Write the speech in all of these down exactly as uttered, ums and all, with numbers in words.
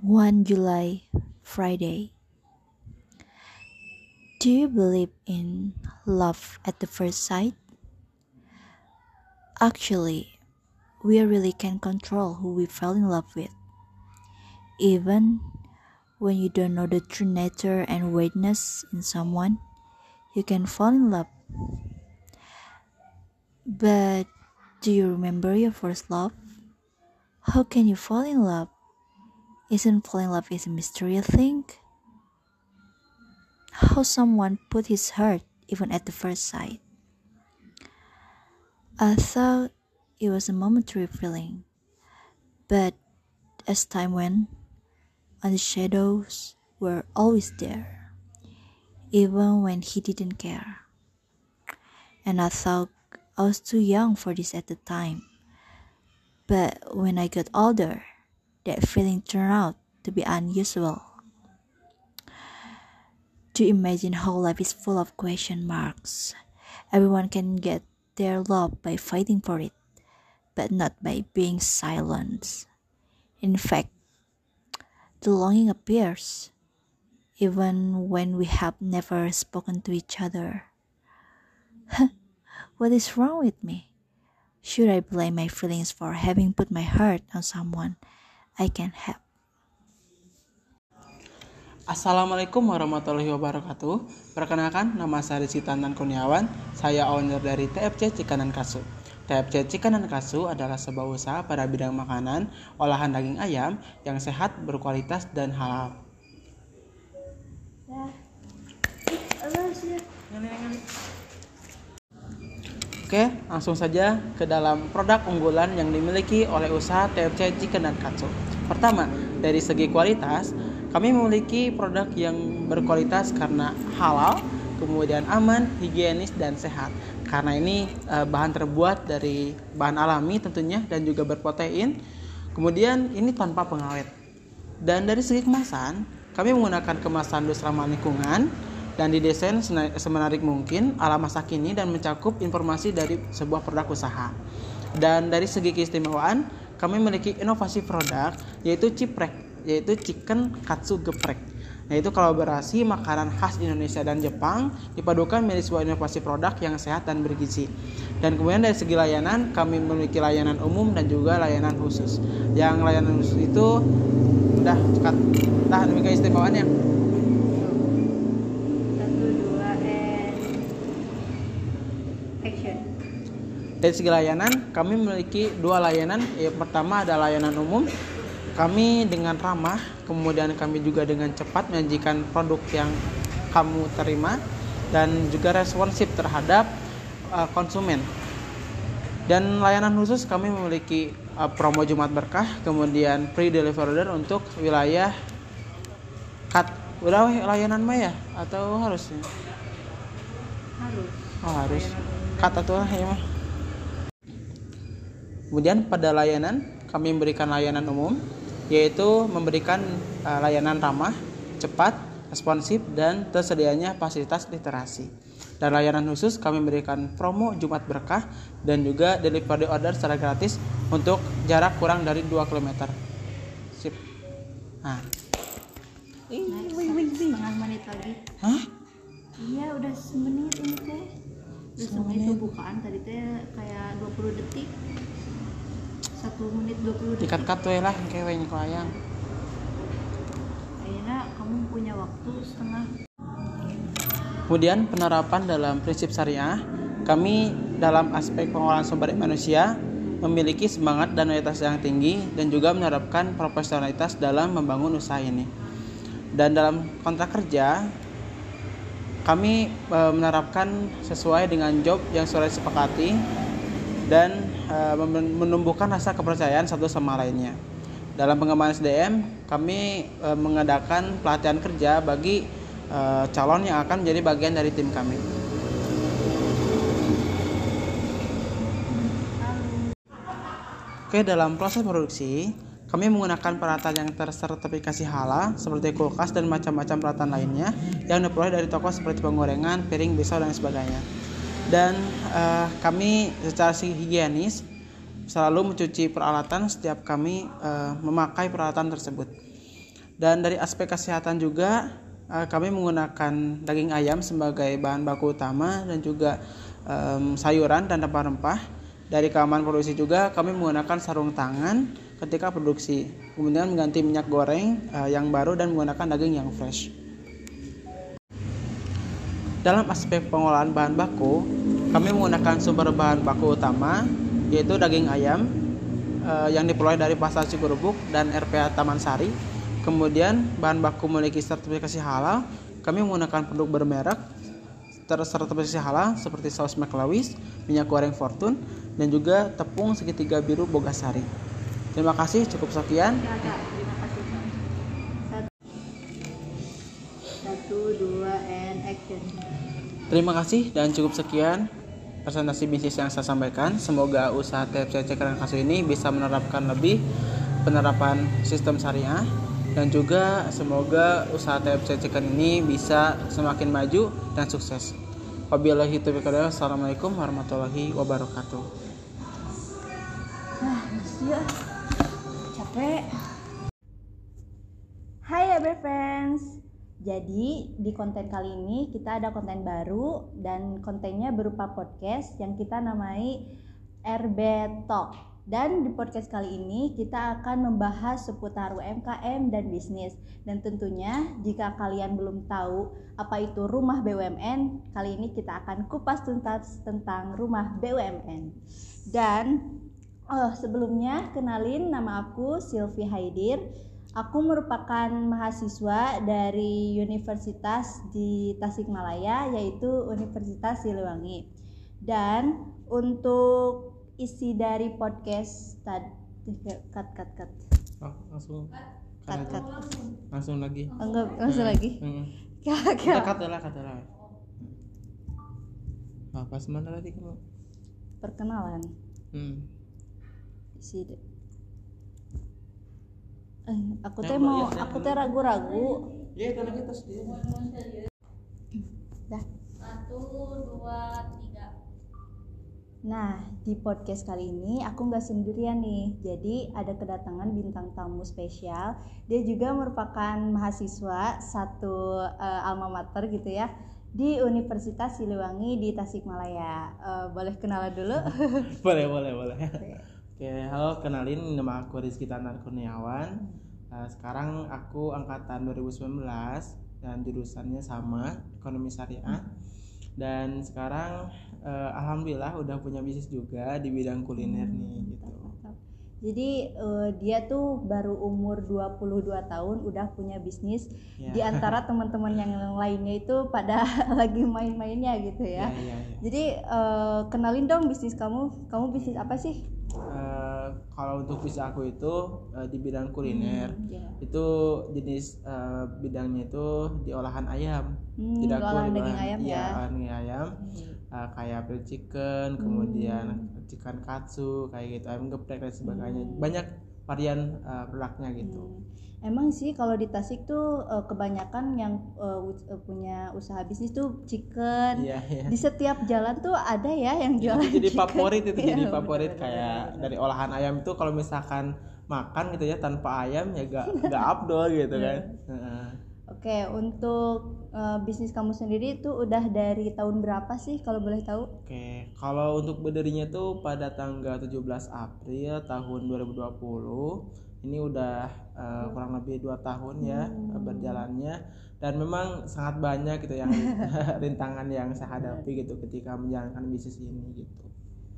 first of July, Friday. Do you believe in love at the first sight? Actually, we really can control who we fall in love with. Even when you don't know the true nature and weirdness in someone, you can fall in love. But do you remember your first love? How can you fall in love? Isn't falling in love is a mysterious thing? How someone put his heart even at the first sight? I thought it was a momentary feeling, but as time went on, the shadows were always there, even when he didn't care. And I thought I was too young for this at the time. But when I got older, that feeling turned out to be unusual. Do you imagine how life is full of question marks? Everyone can get their love by fighting for it, but not by being silent. In fact, the longing appears even when we have never spoken to each other. What is wrong with me? Should I blame my feelings for having put my heart on someone I can't have? Assalamualaikum warahmatullahi wabarakatuh. Perkenalkan, nama saya Rizky Tantan Kurniawan. Saya owner dari T F C Cikanan Kasu. T F C Cikanan Kasu adalah sebuah usaha pada bidang makanan, olahan daging ayam yang sehat, berkualitas, dan halal. Oke, langsung saja ke dalam produk unggulan yang dimiliki oleh usaha T F C Cikanan Kasu. Pertama, dari segi kualitas, kami memiliki produk yang berkualitas karena halal, kemudian aman, higienis, dan sehat. Karena ini e, bahan terbuat dari bahan alami tentunya dan juga berprotein. Kemudian ini tanpa pengawet. Dan dari segi kemasan, kami menggunakan kemasan dus ramah lingkungan dan didesain semenarik mungkin ala masa kini dan mencakup informasi dari sebuah produk usaha. Dan dari segi keistimewaan, kami memiliki inovasi produk yaitu Ciprek, yaitu Chicken Katsu Geprek. Nah, itu kolaborasi makanan khas Indonesia dan Jepang dipadukan menjadi sebuah inovasi produk yang sehat dan bergizi. Dan kemudian dari segi layanan, kami memiliki layanan umum dan juga layanan khusus. Yang layanan khusus itu udah cekat. Nah, demikian keistimewaannya. Satu, dua, and action. Dari segi layanan, kami memiliki dua layanan. Yang pertama ada layanan umum. Kami dengan ramah, kemudian kami juga dengan cepat menyajikan produk yang kamu terima dan juga responsif terhadap uh, konsumen. Dan layanan khusus kami memiliki uh, promo Jumat Berkah, kemudian free delivery order untuk wilayah cut. Udah layanan mah ya atau harusnya? Harus. Oh, harus. Cut atau lah ya mah. Kemudian pada layanan kami memberikan layanan umum, yaitu memberikan uh, layanan ramah, cepat, responsif, dan tersedianya fasilitas literasi. Dan layanan khusus kami memberikan promo Jumat Berkah dan juga delivery order secara gratis untuk jarak kurang dari dua kilometer. Sip. Nah. Nah, setengah menit lagi. Hah? Iya, udah semenit ini teh. Udah semenit tuh bukaan tadi teh kayak dua puluh detik. Satu menit dua puluh detik. Dikat-kat we lah kewenya ku hayang. Ayeuna kamu punya waktu setengah. Kemudian penerapan dalam prinsip syariah, kami dalam aspek pengolahan sumber daya manusia memiliki semangat dan loyalitas yang tinggi dan juga menerapkan profesionalitas dalam membangun usaha ini. Dan dalam kontrak kerja, kami e, menerapkan sesuai dengan job yang sudah disepakati dan e, menumbuhkan rasa kepercayaan satu sama lainnya. Dalam pengembangan S D M, kami e, mengadakan pelatihan kerja bagi e, calon yang akan menjadi bagian dari tim kami. Oke, dalam proses produksi, kami menggunakan peralatan yang tersertifikasi halal seperti kulkas dan macam-macam peralatan lainnya yang diperoleh dari toko seperti penggorengan, piring, pisau, dan sebagainya. Dan uh, kami secara higienis selalu mencuci peralatan setiap kami uh, memakai peralatan tersebut. Dan dari aspek kesehatan juga uh, kami menggunakan daging ayam sebagai bahan baku utama dan juga um, sayuran dan rempah-rempah. Dari keamanan produksi juga kami menggunakan sarung tangan ketika produksi, kemudian mengganti minyak goreng uh, yang baru dan menggunakan daging yang fresh. Dalam aspek pengolahan bahan baku, kami menggunakan sumber bahan baku utama yaitu daging ayam uh, yang diperoleh dari Pasar Cikurbuk dan R P A Taman Sari. Kemudian bahan baku memiliki sertifikasi halal. Kami menggunakan produk bermerek tersertifikasi halal seperti saus McLawis, minyak goreng Fortune, dan juga tepung segitiga biru Bogasari. Terima kasih, cukup sekian. Ya, Kak. Terima kasih, Kak. Satu, satu, dua, and action. Terima kasih dan cukup sekian presentasi bisnis yang saya sampaikan. Semoga usaha T F C C Kenan Katsu ini bisa menerapkan lebih penerapan sistem syariah, dan juga semoga usaha T F C Chicken ini bisa semakin maju dan sukses. Wabillahi taufiq wal hidayah. Assalamualaikum warahmatullahi wabarakatuh. Nah, ya. Capek. Hai Abe Friends. Jadi di konten kali ini kita ada konten baru dan kontennya berupa podcast yang kita namai R B Talk. Dan di podcast kali ini kita akan membahas seputar U M K M dan bisnis. Dan tentunya jika kalian belum tahu apa itu rumah B U M N, kali ini kita akan kupas tuntas tentang rumah B U M N. Dan oh, sebelumnya kenalin, nama aku Sylvie Haidir. Aku merupakan mahasiswa dari universitas di Tasikmalaya, yaitu Universitas Siliwangi. Dan untuk isi dari podcast tadi, cut cut cut. Oh, langsung Cut cut. Langsung lagi. Enggak, langsung lagi. Hmm. Kira-kira. Kita cut lah, cut lah. Apa semana tadi kamu? Perkenalan. Hmm. Isi de. Eh, aku teh Yang mau, yang- aku teh ragu-ragu. Iya, karena kita sendiri. Dah. Satu, dua, tiga. Nah, di podcast kali ini aku nggak sendirian nih. Jadi ada kedatangan bintang tamu spesial. Dia juga merupakan mahasiswa satu uh, alma mater gitu ya di Universitas Siliwangi di Tasikmalaya. Uh, boleh kenalan dulu? Boleh, boleh, boleh. Oke, halo, kenalin, nama aku Rizky Tanar Kurniawan. Uh, sekarang aku angkatan dua ribu sembilan belas dan jurusannya sama, ekonomi syariah. Dan sekarang uh, alhamdulillah udah punya bisnis juga di bidang kuliner nih gitu. Jadi uh, dia tuh baru umur dua puluh dua tahun udah punya bisnis. Ya. Di antara teman-teman yang lainnya itu pada lagi main-mainnya gitu ya. Ya, ya, ya. Jadi uh, kenalin dong bisnis kamu. Kamu bisnis apa sih? Uh, kalau untuk bisnis aku itu uh, di bidang kuliner. Hmm, ya. Itu jenis uh, bidangnya itu di olahan ayam. Hmm, Tidak olahan di daging bahan- ayam iya, ya. olahan daging ayam. Uh, kayak fried chicken, kemudian chicken katsu, kayak gitu, ayam geprek dan sebagainya. Hmm. Banyak varian uh, produknya gitu. Hmm. Emang sih kalau di Tasik tuh uh, kebanyakan yang uh, us- uh, punya usaha bisnis tuh chicken. Iya, iya. Di setiap jalan tuh ada ya yang jualan Itu jadi chicken. favorit itu Iya, jadi bener, favorit bener, kayak bener. dari olahan ayam itu kalau misalkan makan gitu ya tanpa ayam ya gak gak abdol gitu kan. Heeh. Oke, untuk uh, bisnis kamu sendiri itu udah dari tahun berapa sih kalau boleh tahu? Oke, kalau untuk berdirinya tuh pada tanggal tujuh belas April tahun dua ribu dua puluh. Ini udah uh, kurang lebih dua tahun ya uh, berjalannya, dan memang sangat banyak gitu yang rintangan yang saya hadapi gitu ketika menjalankan bisnis ini gitu.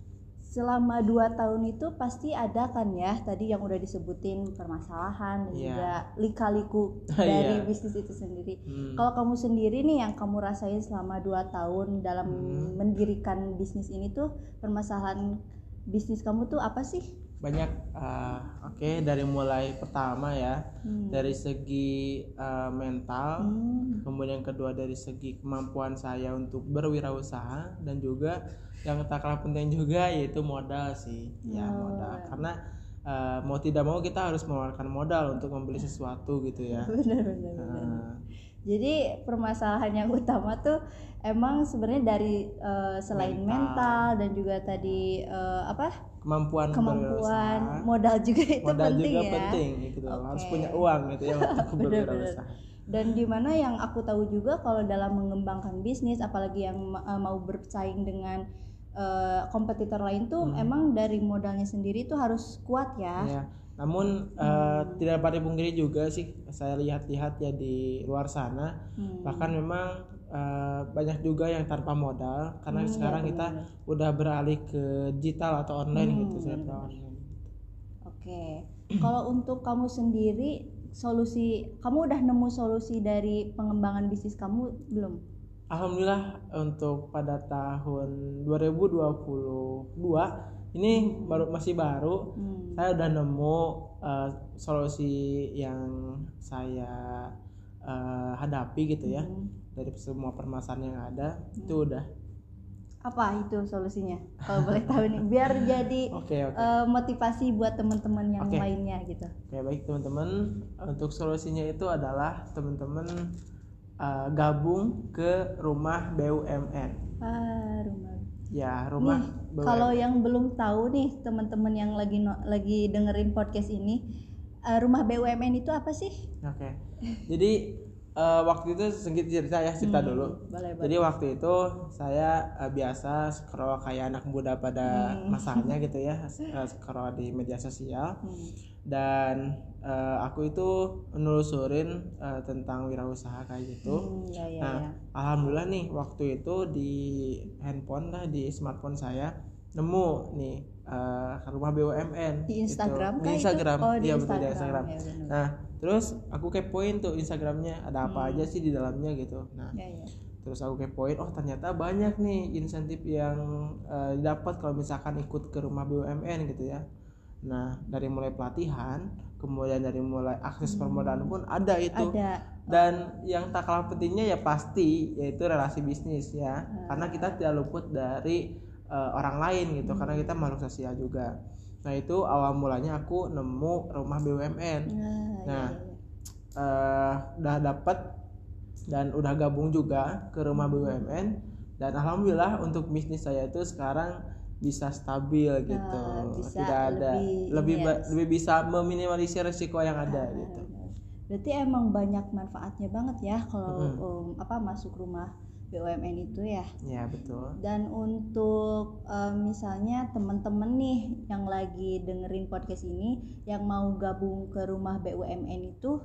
Selama dua tahun itu pasti ada kan ya tadi yang udah disebutin permasalahan dan Iya. juga lika-liku dari Iya. bisnis itu sendiri. Hmm. Kalau kamu sendiri nih yang kamu rasain selama dua tahun dalam Hmm. mendirikan bisnis ini tuh, permasalahan bisnis kamu tuh apa sih? Banyak. uh, oke dari mulai pertama ya, Hmm. dari segi uh, mental, Hmm. kemudian yang kedua dari segi kemampuan saya untuk berwirausaha, dan juga yang tak kalah penting juga yaitu modal sih. Ya, Oh. modal, karena uh, mau tidak mau kita harus mengeluarkan modal untuk membeli sesuatu gitu ya. Bener bener bener. Nah, Jadi permasalahan yang utama tuh emang sebenarnya dari uh, selain mental. mental dan juga tadi uh, apa kemampuan kemampuan modal juga itu modal penting juga ya. penting gitu Okay. Harus punya uang gitu ya untuk berwirausaha. Dan dimana yang aku tahu juga kalau dalam mengembangkan bisnis apalagi yang uh, mau bersaing dengan uh, kompetitor lain tuh hmm. emang dari modalnya sendiri tuh harus kuat ya. Ya. Namun hmm. uh, tidak dapat dipungkiri juga sih saya lihat-lihat ya di luar sana hmm. bahkan memang uh, banyak juga yang tanpa modal karena hmm, sekarang ya, kita bener. udah beralih ke digital atau online hmm. gitu saya online. Oke. Okay. Kalau untuk kamu sendiri solusi kamu udah nemu solusi dari pengembangan bisnis kamu belum? Alhamdulillah untuk pada tahun dua ribu dua puluh dua ini hmm. baru masih baru hmm. saya udah nemu uh, solusi yang saya uh, hadapi gitu ya hmm. dari semua permasalahan yang ada hmm. itu udah. Apa itu solusinya kalau boleh tahu nih biar jadi okay, okay. Uh, motivasi buat teman-teman yang okay. lainnya gitu. Oke okay, baik teman-teman, untuk solusinya itu adalah teman-teman uh, gabung ke rumah B U M N. Ah, rumah. Ya, rumah nih, B U M N. Kalau yang belum tahu nih teman-teman yang lagi no, lagi dengerin podcast ini, uh, rumah B U M N itu apa sih? Oke. Okay. Jadi uh, waktu itu sedikit cerita ya, cerita hmm, dulu. Boleh, Jadi boleh. waktu itu saya uh, biasa scroll kayak anak muda pada hmm. masanya gitu ya, scroll di media sosial. Hmm. Dan uh, aku itu menelusurin uh, tentang wirausaha kayak gitu. Hmm, ya, ya, nah, ya. alhamdulillah nih waktu itu di handphone lah di smartphone saya nemu nih uh, rumah B U M N di Instagram gitu. Di Instagram, oh, di iya Instagram. betul di Instagram. Ya, nah, terus aku kepoin tuh Instagramnya ada apa hmm. aja sih di dalamnya gitu. Nah, ya, ya. terus aku kepoin, oh ternyata banyak nih insentif yang uh, didapat kalau misalkan ikut ke rumah B U M N gitu ya. Nah, dari mulai pelatihan, kemudian dari mulai akses hmm. permodalan pun ada itu. Ada. Dan yang tak kalah pentingnya ya pasti yaitu relasi bisnis ya. Hmm. Karena kita tidak luput dari uh, orang lain gitu, hmm. karena kita makhluk sosial juga. Nah, itu awal mulanya aku nemu rumah B U M N. Hmm, nah, iya, iya. Uh, udah dapat dan udah gabung juga ke rumah B U M N dan alhamdulillah untuk bisnis saya itu sekarang bisa stabil gitu, uh, bisa tidak ada lebih lebih, ba- lebih bisa meminimalisir risiko yang ada uh, gitu. Berarti emang banyak manfaatnya banget ya kalau hmm. um, apa masuk rumah B U M N itu ya. Ya betul. Dan untuk um, misalnya teman-teman nih yang lagi dengerin podcast ini yang mau gabung ke rumah B U M N itu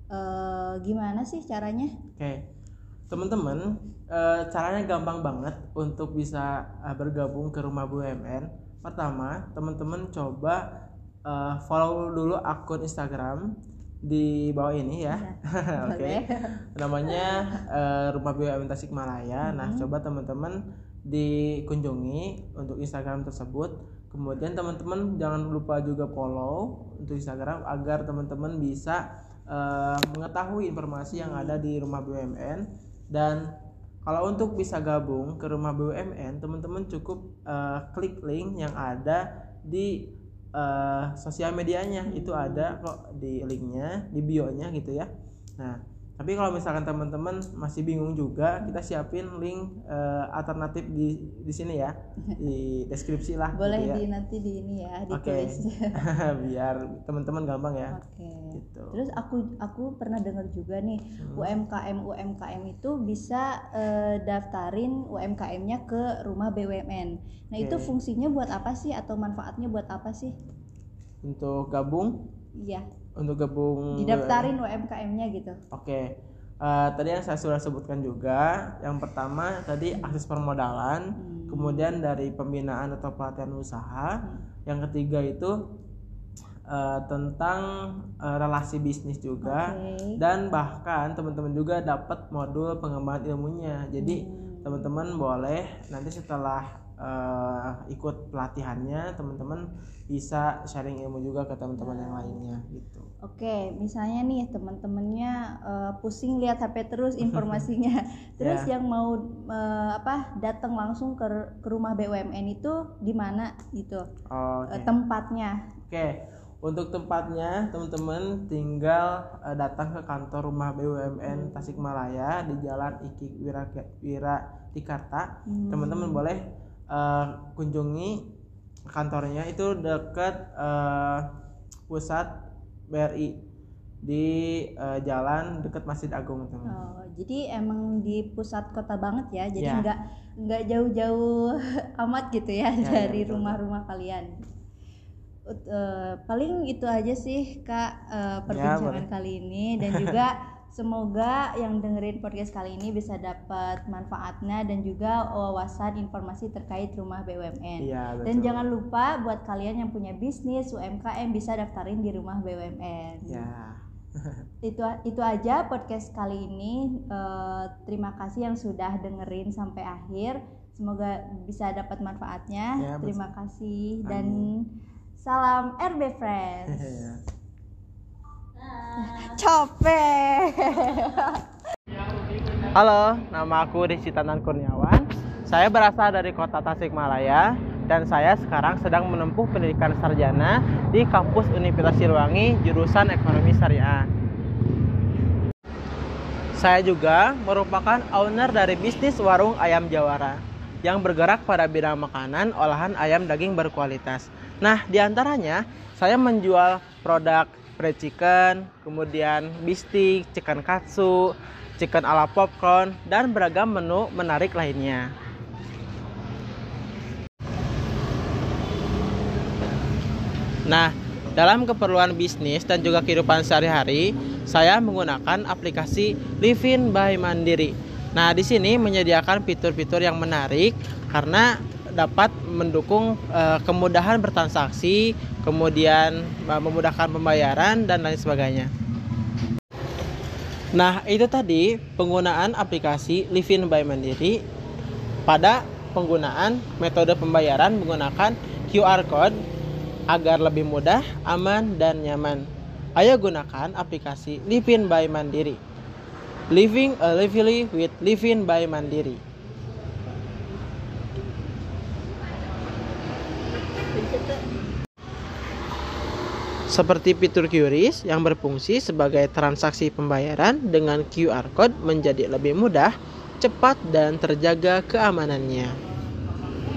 uh, gimana sih caranya? Oke. Okay. Teman-teman, e, caranya gampang banget untuk bisa e, bergabung ke rumah B U M N. Pertama, teman-teman coba e, follow dulu akun Instagram di bawah ini ya. Oke. Okay. Namanya e, Rumah B U M N Tasikmalaya. Mm-hmm. Nah, coba teman-teman dikunjungi untuk Instagram tersebut. Kemudian teman-teman jangan lupa juga follow untuk Instagram agar teman-teman bisa e, mengetahui informasi yang ada di rumah B U M N. Dan kalau untuk bisa gabung ke rumah B U M N, teman-teman cukup uh, klik link yang ada di uh, sosial medianya. Itu ada kok di linknya, di bio-nya gitu ya. Nah, tapi kalau misalkan teman-teman masih bingung juga, kita siapin link uh, alternatif di di sini ya, di deskripsi lah. Boleh gitu ya. di nanti di ini ya, ditulis. Okay. Biar teman-teman gampang ya. Oke. Okay. Gitu. Terus aku aku pernah dengar juga nih, hmm. U M K M U M K M itu bisa uh, daftarin U M K M-nya ke rumah B U M N. Nah, okay. itu fungsinya buat apa sih atau manfaatnya buat apa sih? Untuk gabung? Iya. Untuk gabung didaftarin U M K M-nya gitu. Oke. Okay. Uh, tadi yang saya sudah sebutkan juga, yang pertama tadi akses permodalan, hmm. kemudian dari pembinaan atau pelatihan usaha, hmm. yang ketiga itu uh, tentang uh, relasi bisnis juga, okay. dan bahkan teman-teman juga dapat modul pengembangan ilmunya. Jadi hmm. teman-teman boleh nanti setelah uh, ikut pelatihannya, teman-teman bisa sharing ilmu juga ke teman-teman hmm. yang lainnya gitu. Oke, misalnya nih teman-temannya uh, pusing lihat H P terus informasinya, terus yeah. yang mau uh, apa datang langsung ke, ke rumah B U M N itu di mana gitu, oh, okay. uh, tempatnya? Oke, okay. Untuk tempatnya teman-teman tinggal uh, datang ke kantor rumah B U M N Tasikmalaya di Jalan Iki Wira, Wira Tikarta. Hmm. Teman-teman boleh uh, kunjungi kantornya, itu dekat uh, pusat B R I di uh, jalan dekat Masjid Agung, teman. Oh, jadi emang di pusat kota banget ya, jadi ya. nggak nggak jauh-jauh amat gitu ya, ya dari ya, rumah-rumah kalian. Uh, paling itu aja sih Kak uh, perbincangan ya, kali ini, dan juga semoga yang dengerin podcast kali ini bisa dapat manfaatnya dan juga wawasan informasi terkait rumah B U M N. Ya, dan jangan lupa buat kalian yang punya bisnis U M K M bisa daftarin di rumah B U M N. Ya. itu itu aja podcast kali ini. Uh, terima kasih yang sudah dengerin sampai akhir. Semoga bisa dapat manfaatnya. Ya, terima kasih. Amin. Dan salam R B Friends. Capek. Halo, nama aku Rizky Tanan Kurniawan. Saya berasal dari kota Tasikmalaya dan saya sekarang sedang menempuh pendidikan sarjana di kampus Universitas Siliwangi jurusan Ekonomi Syariah. Saya juga merupakan owner dari bisnis warung ayam Jawara yang bergerak pada bidang makanan olahan ayam daging berkualitas. Nah, diantaranya saya menjual produk fried chicken, kemudian bistik, chicken katsu, chicken ala popcorn, dan beragam menu menarik lainnya. Nah, dalam keperluan bisnis dan juga kehidupan sehari-hari, saya menggunakan aplikasi Livin by Mandiri. Nah, di sini menyediakan fitur-fitur yang menarik karena dapat mendukung uh, kemudahan bertransaksi, kemudian uh, memudahkan pembayaran dan lain sebagainya. Nah, itu tadi penggunaan aplikasi Livin by Mandiri pada penggunaan metode pembayaran menggunakan Q R code agar lebih mudah, aman, dan nyaman. Ayo gunakan aplikasi Livin by Mandiri. Living a lively with Livin by Mandiri. Seperti fitur Q R I S yang berfungsi sebagai transaksi pembayaran dengan Q R code menjadi lebih mudah, cepat, dan terjaga keamanannya.